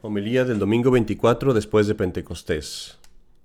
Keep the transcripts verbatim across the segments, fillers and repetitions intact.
Homilía del domingo veinticuatro después de Pentecostés.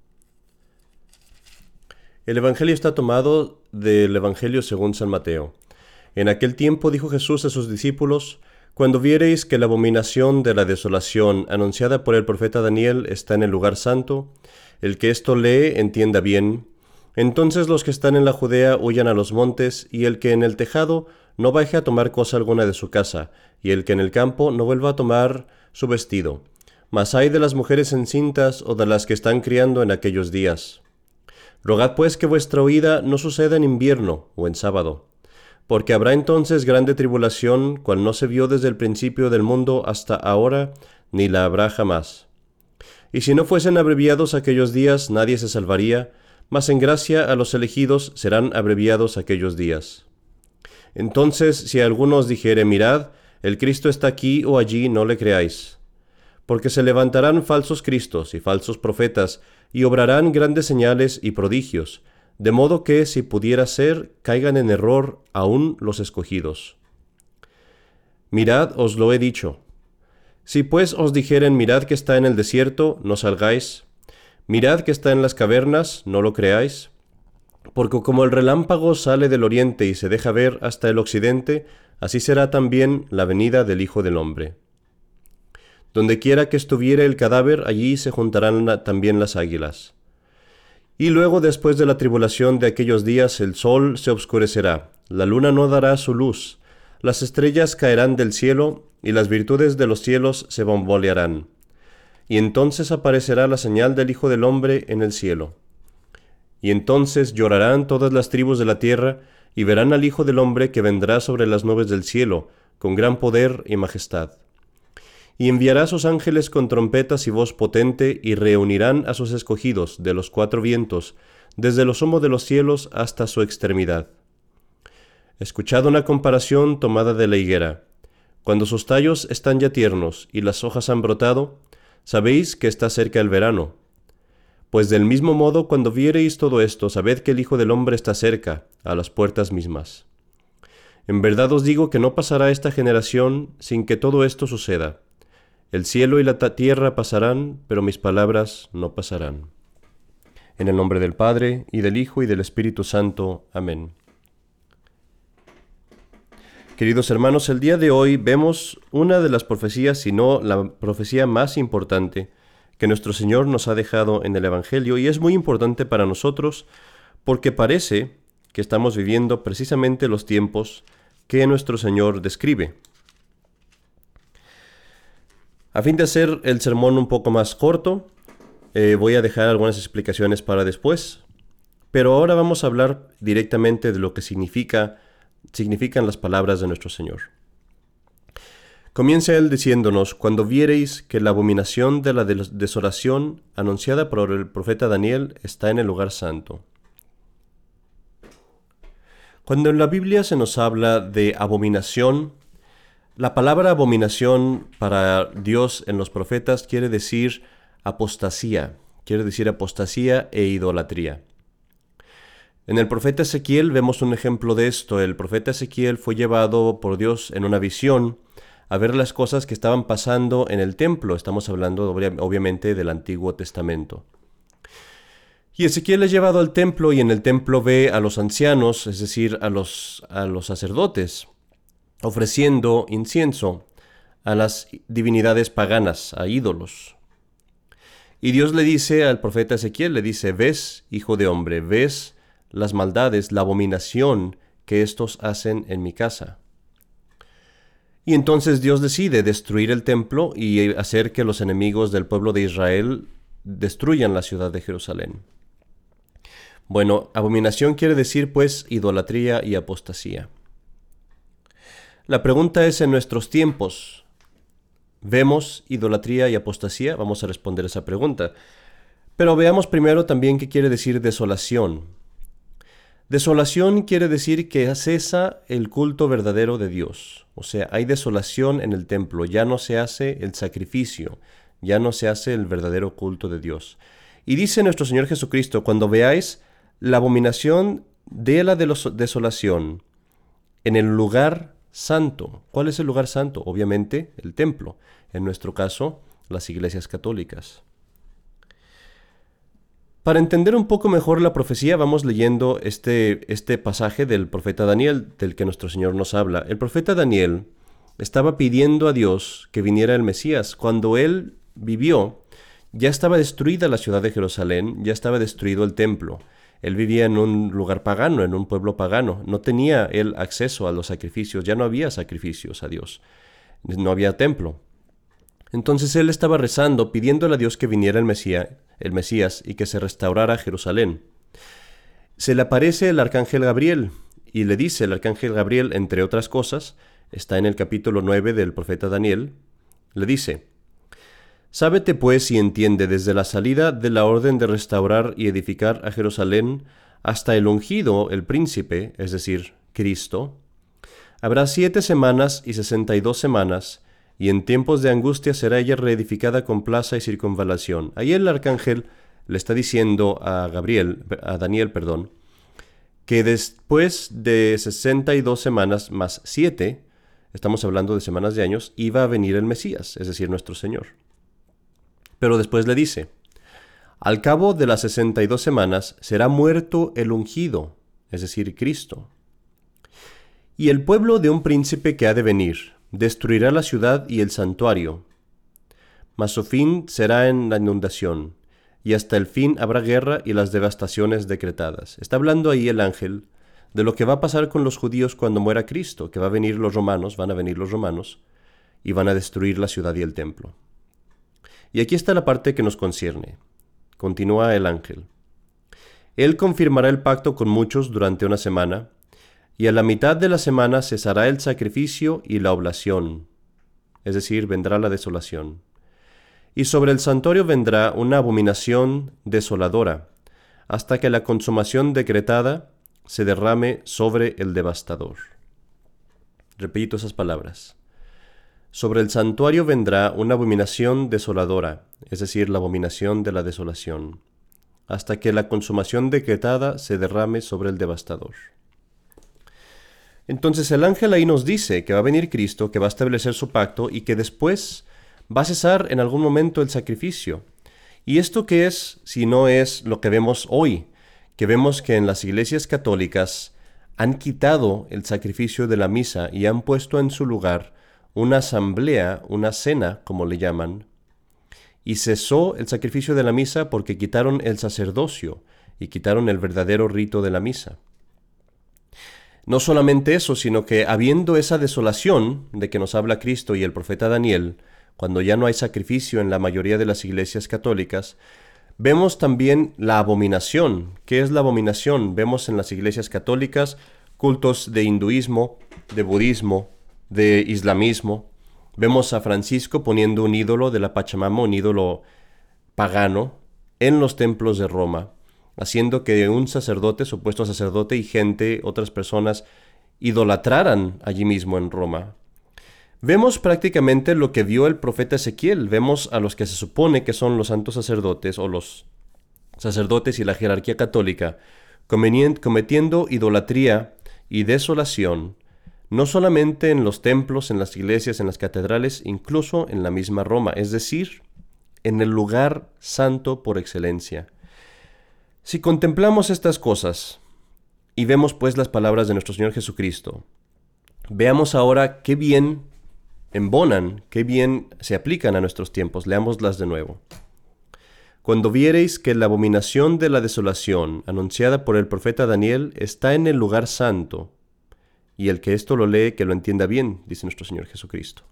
El Evangelio está tomado del Evangelio según San Mateo. En aquel tiempo dijo Jesús a sus discípulos: Cuando viereis que la abominación de la desolación anunciada por el profeta Daniel está en el lugar santo, el que esto lee entienda bien. Entonces los que están en la Judea huyan a los montes, y el que en el tejado no baje a tomar cosa alguna de su casa, y el que en el campo no vuelva a tomar su vestido. Mas ay de las mujeres encintas o de las que están criando en aquellos días. Rogad pues que vuestra huida no suceda en invierno o en sábado, porque habrá entonces grande tribulación, cual no se vio desde el principio del mundo hasta ahora, ni la habrá jamás. Y si no fuesen abreviados aquellos días, nadie se salvaría, mas en gracia a los elegidos serán abreviados aquellos días. Entonces, si alguno os dijere: mirad, el Cristo está aquí o allí, no le creáis. Porque se levantarán falsos cristos y falsos profetas, y obrarán grandes señales y prodigios, de modo que, si pudiera ser, caigan en error aún los escogidos. Mirad, os lo he dicho. Si pues os dijeren: mirad que está en el desierto, no salgáis. Mirad que está en las cavernas, no lo creáis. Porque como el relámpago sale del oriente y se deja ver hasta el occidente, así será también la venida del Hijo del Hombre. Donde quiera que estuviere el cadáver, allí se juntarán la, también las águilas. Y luego, después de la tribulación de aquellos días, el sol se obscurecerá, la luna no dará su luz, las estrellas caerán del cielo, y las virtudes de los cielos se bambolearán. Y entonces aparecerá la señal del Hijo del Hombre en el cielo. Y entonces llorarán todas las tribus de la tierra, y verán al Hijo del Hombre que vendrá sobre las nubes del cielo, con gran poder y majestad. Y enviará a sus ángeles con trompetas y voz potente, y reunirán a sus escogidos de los cuatro vientos, desde lo sumo de los cielos hasta su extremidad. Escuchad una comparación tomada de la higuera. Cuando sus tallos están ya tiernos y las hojas han brotado, sabéis que está cerca el verano. Pues del mismo modo, cuando viereis todo esto, sabed que el Hijo del Hombre está cerca, a las puertas mismas. En verdad os digo que no pasará esta generación sin que todo esto suceda. El cielo y la tierra pasarán, pero mis palabras no pasarán. En el nombre del Padre, y del Hijo, y del Espíritu Santo. Amén. Queridos hermanos, el día de hoy vemos una de las profecías, si no la profecía más importante, que nuestro Señor nos ha dejado en el Evangelio, y es muy importante para nosotros porque parece que estamos viviendo precisamente los tiempos que nuestro Señor describe. A fin de hacer el sermón un poco más corto, eh, voy a dejar algunas explicaciones para después, pero ahora vamos a hablar directamente de lo que significa, significan las palabras de nuestro Señor. Comienza él diciéndonos: cuando viereis que la abominación de la desolación anunciada por el profeta Daniel está en el lugar santo. Cuando en la Biblia se nos habla de abominación, la palabra abominación para Dios en los profetas quiere decir apostasía, quiere decir apostasía e idolatría. En el profeta Ezequiel vemos un ejemplo de esto. El profeta Ezequiel fue llevado por Dios en una visión a ver las cosas que estaban pasando en el templo. Estamos hablando obviamente del Antiguo Testamento. Y Ezequiel es llevado al templo, y en el templo ve a los ancianos, es decir, a los, a los sacerdotes, ofreciendo incienso a las divinidades paganas, a ídolos. Y Dios le dice al profeta Ezequiel, le dice: ves, hijo de hombre, ves las maldades, la abominación que estos hacen en mi casa. Y entonces Dios decide destruir el templo y hacer que los enemigos del pueblo de Israel destruyan la ciudad de Jerusalén. Bueno, abominación quiere decir pues idolatría y apostasía. La pregunta es: en nuestros tiempos, ¿vemos idolatría y apostasía? Vamos a responder esa pregunta. Pero veamos primero también qué quiere decir desolación. Desolación quiere decir que cesa el culto verdadero de Dios. O sea, hay desolación en el templo, ya no se hace el sacrificio, ya no se hace el verdadero culto de Dios. Y dice nuestro Señor Jesucristo: cuando veáis la abominación de la desolación en el lugar santo. ¿Cuál es el lugar santo? Obviamente el templo. En nuestro caso, las iglesias católicas. Para entender un poco mejor la profecía, vamos leyendo este, este pasaje del profeta Daniel, del que nuestro Señor nos habla. El profeta Daniel estaba pidiendo a Dios que viniera el Mesías. Cuando él vivió, ya estaba destruida la ciudad de Jerusalén, ya estaba destruido el templo. Él vivía en un lugar pagano, en un pueblo pagano. No tenía él acceso a los sacrificios, ya no había sacrificios a Dios. No había templo. Entonces él estaba rezando, pidiéndole a Dios que viniera el Mesías, el Mesías y que se restaurara Jerusalén. Se le aparece el arcángel Gabriel y le dice el arcángel Gabriel, entre otras cosas, está en el capítulo nueve del profeta Daniel, le dice: «Sábete pues y entiende desde la salida de la orden de restaurar y edificar a Jerusalén hasta el ungido, el príncipe, es decir, Cristo. Habrá siete semanas y sesenta y dos semanas, y en tiempos de angustia será ella reedificada con plaza y circunvalación». Ahí el arcángel le está diciendo a Gabriel, a Daniel, perdón, que después de sesenta y dos semanas más siete, estamos hablando de semanas de años, iba a venir el Mesías, es decir, nuestro Señor. Pero después le dice: «Al cabo de las sesenta y dos semanas será muerto el ungido, es decir, Cristo. Y el pueblo de un príncipe que ha de venir destruirá la ciudad y el santuario, mas su fin será en la inundación, y hasta el fin habrá guerra y las devastaciones decretadas». Está hablando ahí el ángel de lo que va a pasar con los judíos cuando muera Cristo, que va a venir los romanos, van a venir los romanos, y van a destruir la ciudad y el templo. Y aquí está la parte que nos concierne. Continúa el ángel: «Él confirmará el pacto con muchos durante una semana, y a la mitad de la semana cesará el sacrificio y la oblación», es decir, vendrá la desolación. «Y sobre el santuario vendrá una abominación desoladora, hasta que la consumación decretada se derrame sobre el devastador». Repito esas palabras. Sobre el santuario vendrá una abominación desoladora, es decir, la abominación de la desolación, hasta que la consumación decretada se derrame sobre el devastador. Entonces el ángel ahí nos dice que va a venir Cristo, que va a establecer su pacto y que después va a cesar en algún momento el sacrificio. ¿Y esto qué es si no es lo que vemos hoy? Que vemos que en las iglesias católicas han quitado el sacrificio de la misa y han puesto en su lugar una asamblea, una cena, como le llaman, y cesó el sacrificio de la misa porque quitaron el sacerdocio y quitaron el verdadero rito de la misa. No solamente eso, sino que habiendo esa desolación de que nos habla Cristo y el profeta Daniel, cuando ya no hay sacrificio en la mayoría de las iglesias católicas, vemos también la abominación. ¿Qué es la abominación? Vemos en las iglesias católicas cultos de hinduismo, de budismo, de islamismo. Vemos a Francisco poniendo un ídolo de la Pachamama, un ídolo pagano, en los templos de Roma, haciendo que un sacerdote, supuesto sacerdote y gente, otras personas, idolatraran allí mismo en Roma. Vemos prácticamente lo que vio el profeta Ezequiel. Vemos a los que se supone que son los santos sacerdotes o los sacerdotes y la jerarquía católica cometiendo idolatría y desolación, no solamente en los templos, en las iglesias, en las catedrales, incluso en la misma Roma, es decir, en el lugar santo por excelencia. Si contemplamos estas cosas y vemos pues las palabras de nuestro Señor Jesucristo, veamos ahora qué bien embonan, qué bien se aplican a nuestros tiempos. Leámoslas de nuevo. «Cuando viereis que la abominación de la desolación, anunciada por el profeta Daniel, está en el lugar santo», y el que esto lo lee, que lo entienda bien, dice nuestro Señor Jesucristo.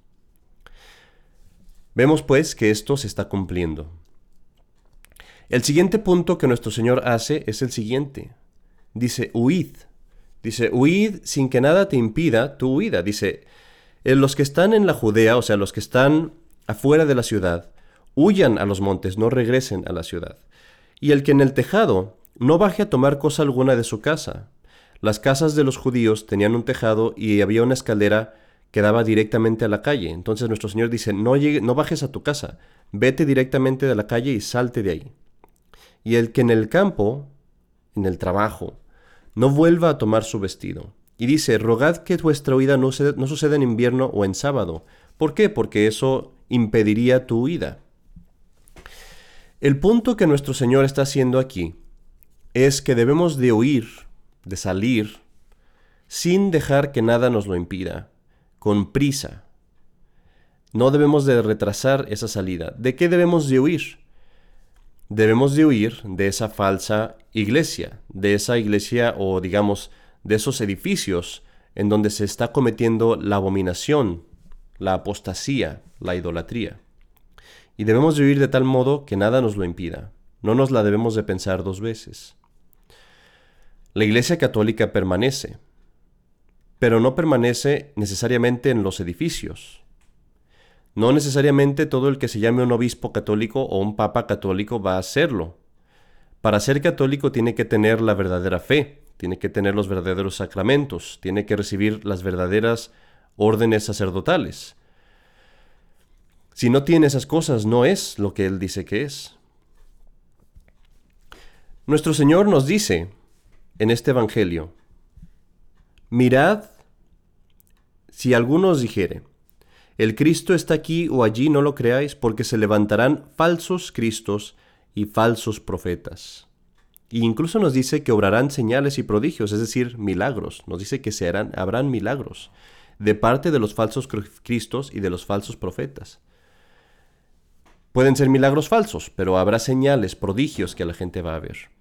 Vemos pues que esto se está cumpliendo. El siguiente punto que nuestro Señor hace es el siguiente. Dice, huid. Dice, huid sin que nada te impida tu huida. Dice, los que están en la Judea, o sea, los que están afuera de la ciudad, huyan a los montes, no regresen a la ciudad. Y el que en el tejado no baje a tomar cosa alguna de su casa. Las casas de los judíos tenían un tejado y había una escalera que daba directamente a la calle. Entonces nuestro Señor dice, no, llegue, no bajes a tu casa, vete directamente de la calle y salte de ahí. Y el que en el campo, en el trabajo, no vuelva a tomar su vestido. Y dice, rogad que vuestra huida no, se, no suceda en invierno o en sábado. ¿Por qué? Porque eso impediría tu huida. El punto que nuestro Señor está haciendo aquí es que debemos de huir, de salir, sin dejar que nada nos lo impida, con prisa. No debemos de retrasar esa salida. ¿De qué debemos de huir? Debemos de huir de esa falsa iglesia, de esa iglesia o digamos de esos edificios en donde se está cometiendo la abominación, la apostasía, la idolatría. Y debemos de huir de tal modo que nada nos lo impida. No nos la debemos de pensar dos veces. La Iglesia Católica permanece, pero no permanece necesariamente en los edificios. No necesariamente todo el que se llame un obispo católico o un papa católico va a serlo. Para ser católico tiene que tener la verdadera fe, tiene que tener los verdaderos sacramentos, tiene que recibir las verdaderas órdenes sacerdotales. Si no tiene esas cosas, no es lo que Él dice que es. Nuestro Señor nos dice en este Evangelio, mirad, si alguno os dijere, el Cristo está aquí o allí, no lo creáis, porque se levantarán falsos cristos y falsos profetas. E incluso nos dice que obrarán señales y prodigios, es decir, milagros. Nos dice que se harán, habrán milagros de parte de los falsos cristos y de los falsos profetas. Pueden ser milagros falsos, pero habrá señales, prodigios que la gente va a ver.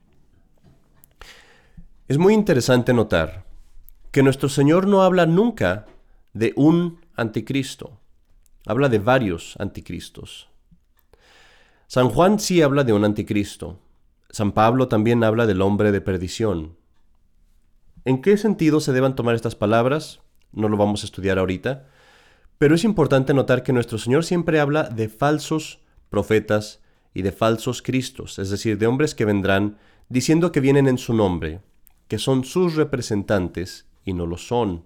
Es muy interesante notar que nuestro Señor no habla nunca de un anticristo. Habla de varios anticristos. San Juan sí habla de un anticristo. San Pablo también habla del hombre de perdición. ¿En qué sentido se deban tomar estas palabras? No lo vamos a estudiar ahorita, pero es importante notar que nuestro Señor siempre habla de falsos profetas y de falsos cristos, es decir, de hombres que vendrán diciendo que vienen en su nombre, que son sus representantes y no lo son.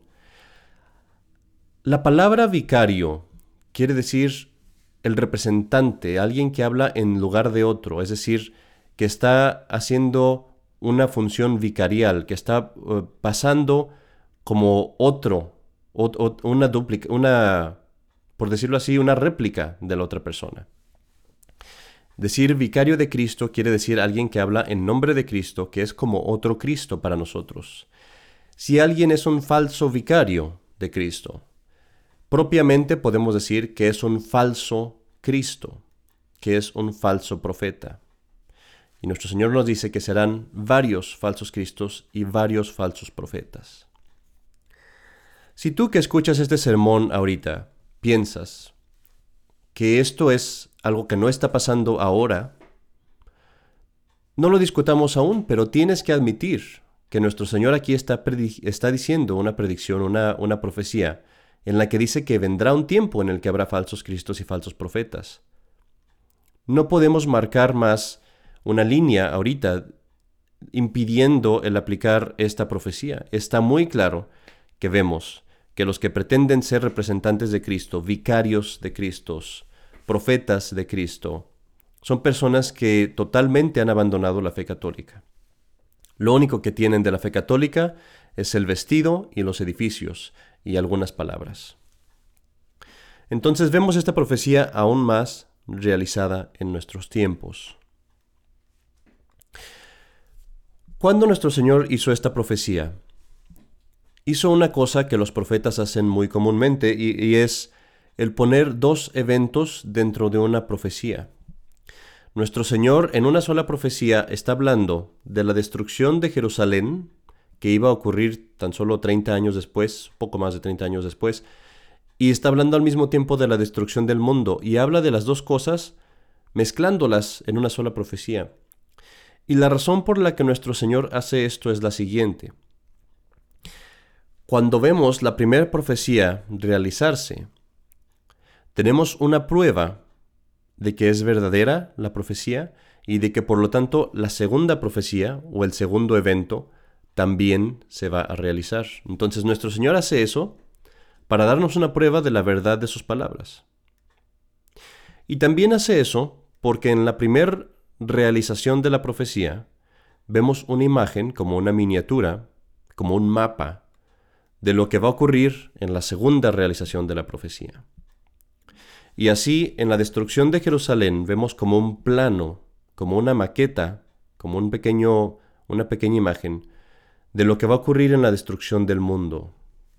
La palabra vicario quiere decir el representante, alguien que habla en lugar de otro, es decir, que está haciendo una función vicarial, que está uh, pasando como otro, o, o, una duplica, una, por decirlo así, una réplica de la otra persona. Decir vicario de Cristo quiere decir alguien que habla en nombre de Cristo, que es como otro Cristo para nosotros. Si alguien es un falso vicario de Cristo, propiamente podemos decir que es un falso Cristo, que es un falso profeta. Y nuestro Señor nos dice que serán varios falsos cristos y varios falsos profetas. Si tú que escuchas este sermón ahorita piensas que esto es algo que no está pasando ahora, no lo discutamos aún, pero tienes que admitir que nuestro Señor aquí está, está diciendo una predicción, una, una profecía, en la que dice que vendrá un tiempo en el que habrá falsos cristos y falsos profetas. No podemos marcar más una línea ahorita impidiendo el aplicar esta profecía. Está muy claro que vemos que los que pretenden ser representantes de Cristo, vicarios de Cristo, profetas de Cristo, son personas que totalmente han abandonado la fe católica. Lo único que tienen de la fe católica es el vestido y los edificios y algunas palabras. Entonces vemos esta profecía aún más realizada en nuestros tiempos. Cuando nuestro Señor hizo esta profecía, hizo una cosa que los profetas hacen muy comúnmente y, y es el poner dos eventos dentro de una profecía. Nuestro Señor en una sola profecía está hablando de la destrucción de Jerusalén, que iba a ocurrir tan solo treinta años después, poco más de treinta años después, y está hablando al mismo tiempo de la destrucción del mundo, y habla de las dos cosas mezclándolas en una sola profecía. Y la razón por la que nuestro Señor hace esto es la siguiente. Cuando vemos la primera profecía realizarse, tenemos una prueba de que es verdadera la profecía y de que por lo tanto la segunda profecía o el segundo evento también se va a realizar. Entonces nuestro Señor hace eso para darnos una prueba de la verdad de sus palabras. Y también hace eso porque en la primera realización de la profecía vemos una imagen como una miniatura, como un mapa de lo que va a ocurrir en la segunda realización de la profecía. Y así, en la destrucción de Jerusalén vemos como un plano como una maqueta, como un pequeño, una pequeña imagen de lo que va a ocurrir en la destrucción del mundo.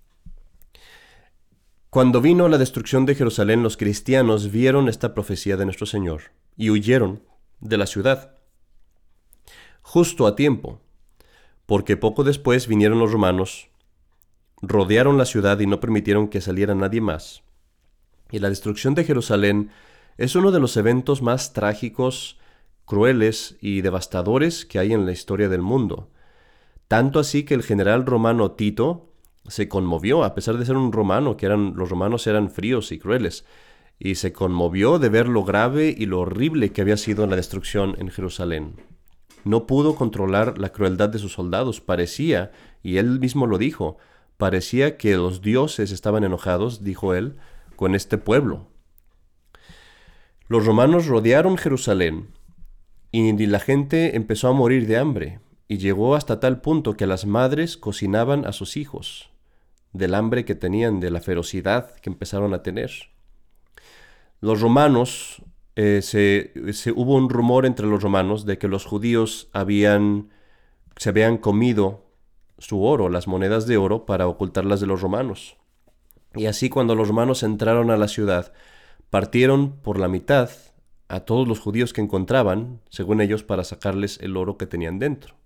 Cuando vino la destrucción de Jerusalén, los cristianos vieron esta profecía de nuestro Señor y huyeron de la ciudad, justo a tiempo, porque poco después vinieron los romanos, rodearon la ciudad y no permitieron que saliera nadie más. Y la destrucción de Jerusalén es uno de los eventos más trágicos, crueles y devastadores que hay en la historia del mundo. Tanto así que el general romano Tito se conmovió, a pesar de ser un romano, que eran, los romanos eran fríos y crueles, y se conmovió de ver lo grave y lo horrible que había sido la destrucción en Jerusalén. No pudo controlar la crueldad de sus soldados. Parecía, y él mismo lo dijo, parecía que los dioses estaban enojados, dijo él, con este pueblo. Los romanos rodearon Jerusalén y la gente empezó a morir de hambre, y llegó hasta tal punto que las madres cocinaban a sus hijos, del hambre que tenían, de la ferocidad que empezaron a tener. Los romanos, eh, se, se, hubo un rumor entre los romanos de que los judíos habían, se habían comido su oro, las monedas de oro, para ocultarlas de los romanos. Y así, cuando los romanos entraron a la ciudad, partieron por la mitad a todos los judíos que encontraban, según ellos, para sacarles el oro que tenían dentro.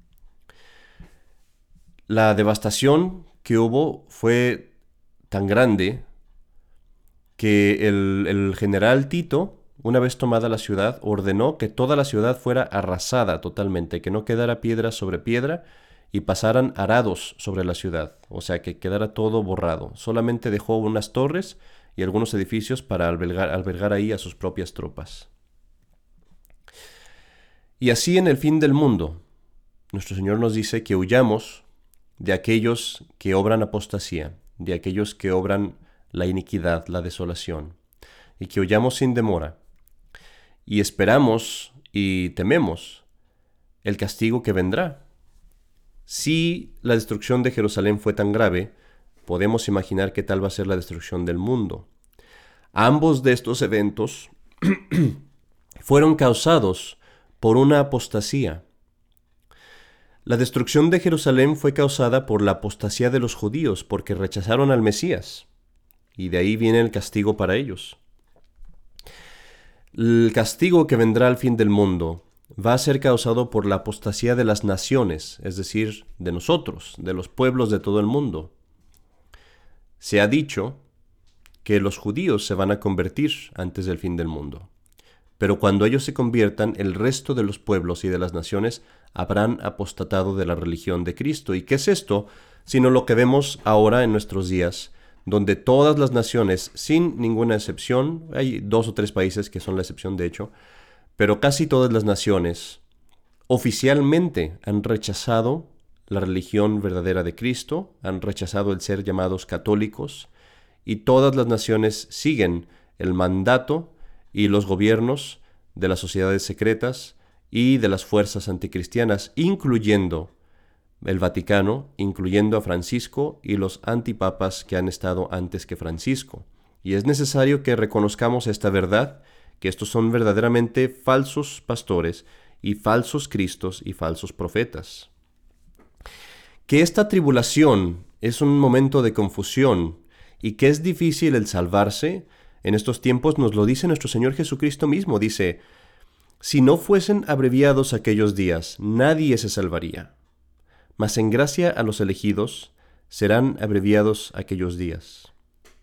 La devastación que hubo fue tan grande que el, el general Tito, una vez tomada la ciudad, ordenó que toda la ciudad fuera arrasada totalmente, que no quedara piedra sobre piedra y pasaran arados sobre la ciudad, o sea, que quedara todo borrado. Solamente dejó unas torres y algunos edificios para albergar, albergar ahí a sus propias tropas. Y así, en el fin del mundo, nuestro Señor nos dice que huyamos de aquellos que obran apostasía, de aquellos que obran la iniquidad, la desolación, y que huyamos sin demora, y esperamos y tememos el castigo que vendrá. Si la destrucción de Jerusalén fue tan grave, podemos imaginar qué tal va a ser la destrucción del mundo. Ambos de estos eventos fueron causados por una apostasía. La destrucción de Jerusalén fue causada por la apostasía de los judíos, porque rechazaron al Mesías, y de ahí viene el castigo para ellos. El castigo que vendrá al fin del mundo va a ser causado por la apostasía de las naciones, es decir, de nosotros, de los pueblos de todo el mundo. Se ha dicho que los judíos se van a convertir antes del fin del mundo, pero cuando ellos se conviertan, el resto de los pueblos y de las naciones habrán apostatado de la religión de Cristo. ¿Y qué es esto? Sino lo que vemos ahora en nuestros días, donde todas las naciones, sin ninguna excepción, hay dos o tres países que son la excepción de hecho, pero casi todas las naciones oficialmente han rechazado la religión verdadera de Cristo, han rechazado el ser llamados católicos, y todas las naciones siguen el mandato y los gobiernos de las sociedades secretas y de las fuerzas anticristianas, incluyendo el Vaticano, incluyendo a Francisco y los antipapas que han estado antes que Francisco. Y es necesario que reconozcamos esta verdad, que estos son verdaderamente falsos pastores y falsos cristos y falsos profetas. Que esta tribulación es un momento de confusión y que es difícil el salvarse en estos tiempos, nos lo dice nuestro Señor Jesucristo mismo. Dice: si no fuesen abreviados aquellos días, nadie se salvaría. Mas en gracia a los elegidos serán abreviados aquellos días.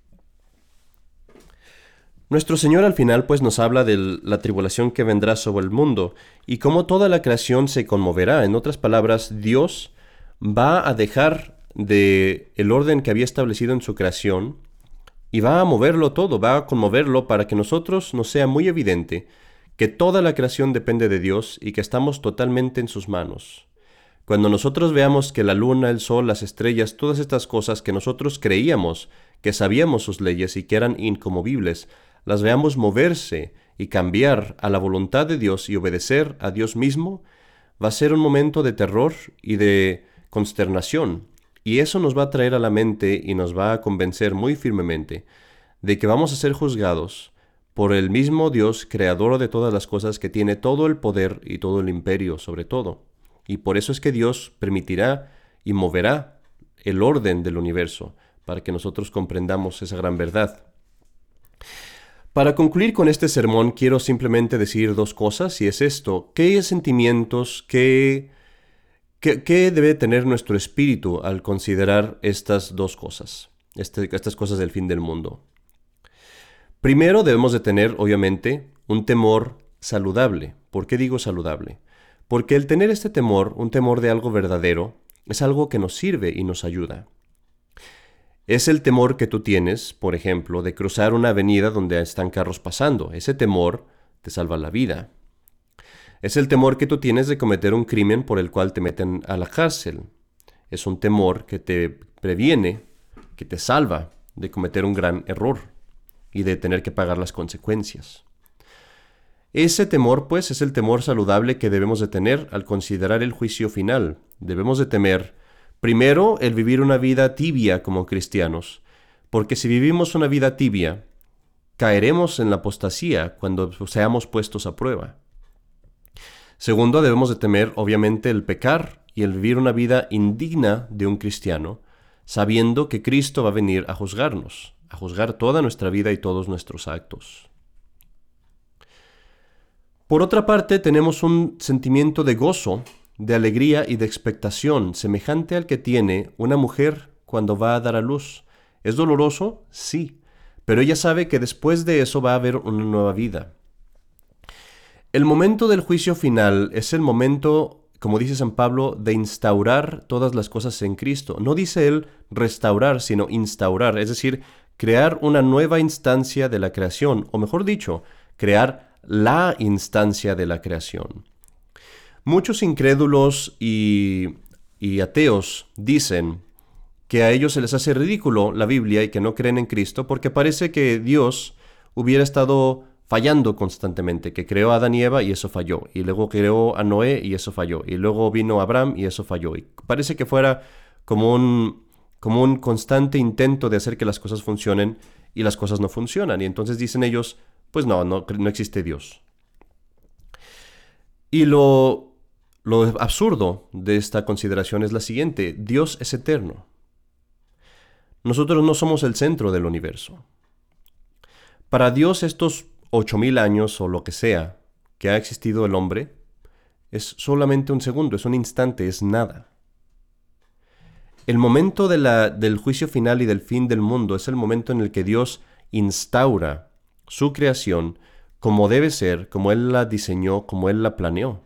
Nuestro Señor al final pues nos habla de la tribulación que vendrá sobre el mundo y cómo toda la creación se conmoverá. En otras palabras, Dios va a dejar de el orden que había establecido en su creación y va a moverlo todo, va a conmoverlo para que nosotros nos sea muy evidente que toda la creación depende de Dios y que estamos totalmente en sus manos. Cuando nosotros veamos que la luna, el sol, las estrellas, todas estas cosas que nosotros creíamos que sabíamos sus leyes y que eran inconmovibles, las veamos moverse y cambiar a la voluntad de Dios y obedecer a Dios mismo, va a ser un momento de terror y de consternación. Y eso nos va a traer a la mente y nos va a convencer muy firmemente de que vamos a ser juzgados por el mismo Dios, creador de todas las cosas, que tiene todo el poder y todo el imperio sobre todo. Y por eso es que Dios permitirá y moverá el orden del universo, para que nosotros comprendamos esa gran verdad. Para concluir con este sermón, quiero simplemente decir dos cosas, y es esto: ¿qué sentimientos, qué, qué, qué debe tener nuestro espíritu al considerar estas dos cosas, este, estas cosas del fin del mundo? Primero debemos de tener, obviamente, un temor saludable. ¿Por qué digo saludable? Porque el tener este temor, un temor de algo verdadero, es algo que nos sirve y nos ayuda. Es el temor que tú tienes, por ejemplo, de cruzar una avenida donde están carros pasando. Ese temor te salva la vida. Es el temor que tú tienes de cometer un crimen por el cual te meten a la cárcel. Es un temor que te previene, que te salva de cometer un gran error y de tener que pagar las consecuencias. Ese temor, pues, es el temor saludable que debemos de tener al considerar el juicio final. Debemos de temer, primero, el vivir una vida tibia como cristianos, porque si vivimos una vida tibia, caeremos en la apostasía cuando seamos puestos a prueba. Segundo, debemos de temer, obviamente, el pecar y el vivir una vida indigna de un cristiano, sabiendo que Cristo va a venir a juzgarnos, a juzgar toda nuestra vida y todos nuestros actos. Por otra parte, tenemos un sentimiento de gozo, de alegría y de expectación, semejante al que tiene una mujer cuando va a dar a luz. ¿Es doloroso? Sí, pero ella sabe que después de eso va a haber una nueva vida. El momento del juicio final es el momento, como dice San Pablo, de instaurar todas las cosas en Cristo. No dice él restaurar, sino instaurar, es decir, crear una nueva instancia de la creación, o mejor dicho, crear la instancia de la creación. Muchos incrédulos y, y ateos dicen que a ellos se les hace ridículo la Biblia y que no creen en Cristo porque parece que Dios hubiera estado fallando constantemente, que creó a Adán y Eva y eso falló, y luego creó a Noé y eso falló, y luego vino Abraham y eso falló, y parece que fuera como un, como un constante intento de hacer que las cosas funcionen y las cosas no funcionan, y entonces dicen ellos, pues no, no, no existe Dios. Y lo, lo absurdo de esta consideración es la siguiente: Dios es eterno. Nosotros no somos el centro del universo. Para Dios estos ocho mil años o lo que sea que ha existido el hombre es solamente un segundo, es un instante, es nada. El momento de la, del juicio final y del fin del mundo es el momento en el que Dios instaura su creación como debe ser, como Él la diseñó, como Él la planeó.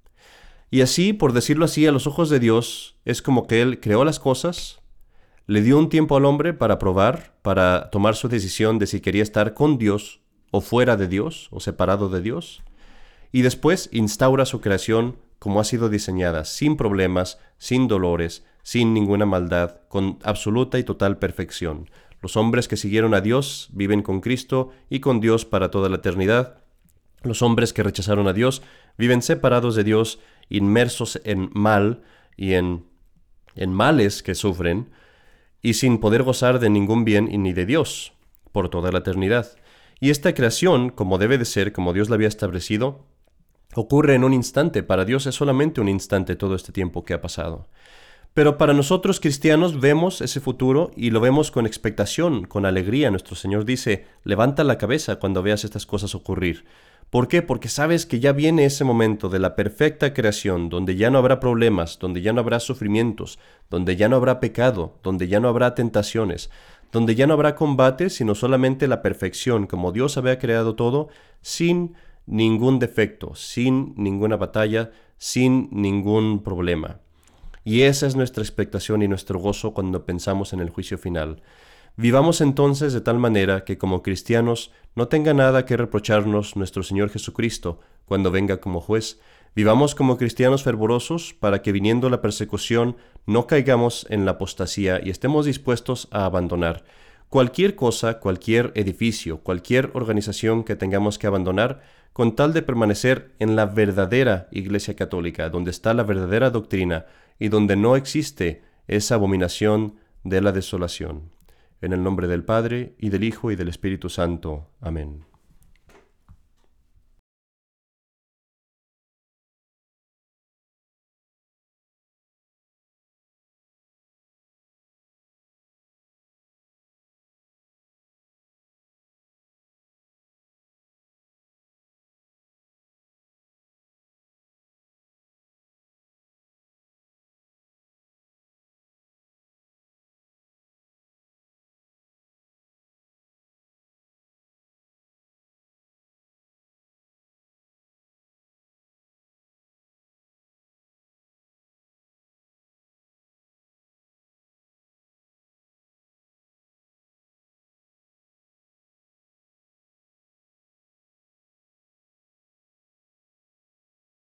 Y así, por decirlo así, a los ojos de Dios, es como que Él creó las cosas, le dio un tiempo al hombre para probar, para tomar su decisión de si quería estar con Dios o fuera de Dios, o separado de Dios, y después instaura su creación como ha sido diseñada, sin problemas, sin dolores, sin ninguna maldad, con absoluta y total perfección. Los hombres que siguieron a Dios viven con Cristo y con Dios para toda la eternidad. Los hombres que rechazaron a Dios viven separados de Dios, inmersos en mal y en, en males que sufren, y sin poder gozar de ningún bien y ni de Dios por toda la eternidad. Y esta creación, como debe de ser, como Dios la había establecido, ocurre en un instante. Para Dios es solamente un instante todo este tiempo que ha pasado. Pero para nosotros cristianos vemos ese futuro y lo vemos con expectación, con alegría. Nuestro Señor dice, levanta la cabeza cuando veas estas cosas ocurrir. ¿Por qué? Porque sabes que ya viene ese momento de la perfecta creación, donde ya no habrá problemas, donde ya no habrá sufrimientos, donde ya no habrá pecado, donde ya no habrá tentaciones, donde ya no habrá combate, sino solamente la perfección, como Dios había creado todo, sin ningún defecto, sin ninguna batalla, sin ningún problema. Y esa es nuestra expectación y nuestro gozo cuando pensamos en el juicio final. Vivamos entonces de tal manera que como cristianos no tenga nada que reprocharnos nuestro Señor Jesucristo cuando venga como juez. Vivamos como cristianos fervorosos para que viniendo la persecución no caigamos en la apostasía y estemos dispuestos a abandonar cualquier cosa, cualquier edificio, cualquier organización que tengamos que abandonar con tal de permanecer en la verdadera Iglesia Católica, donde está la verdadera doctrina y donde no existe esa abominación de la desolación. En el nombre del Padre, y del Hijo, y del Espíritu Santo. Amén.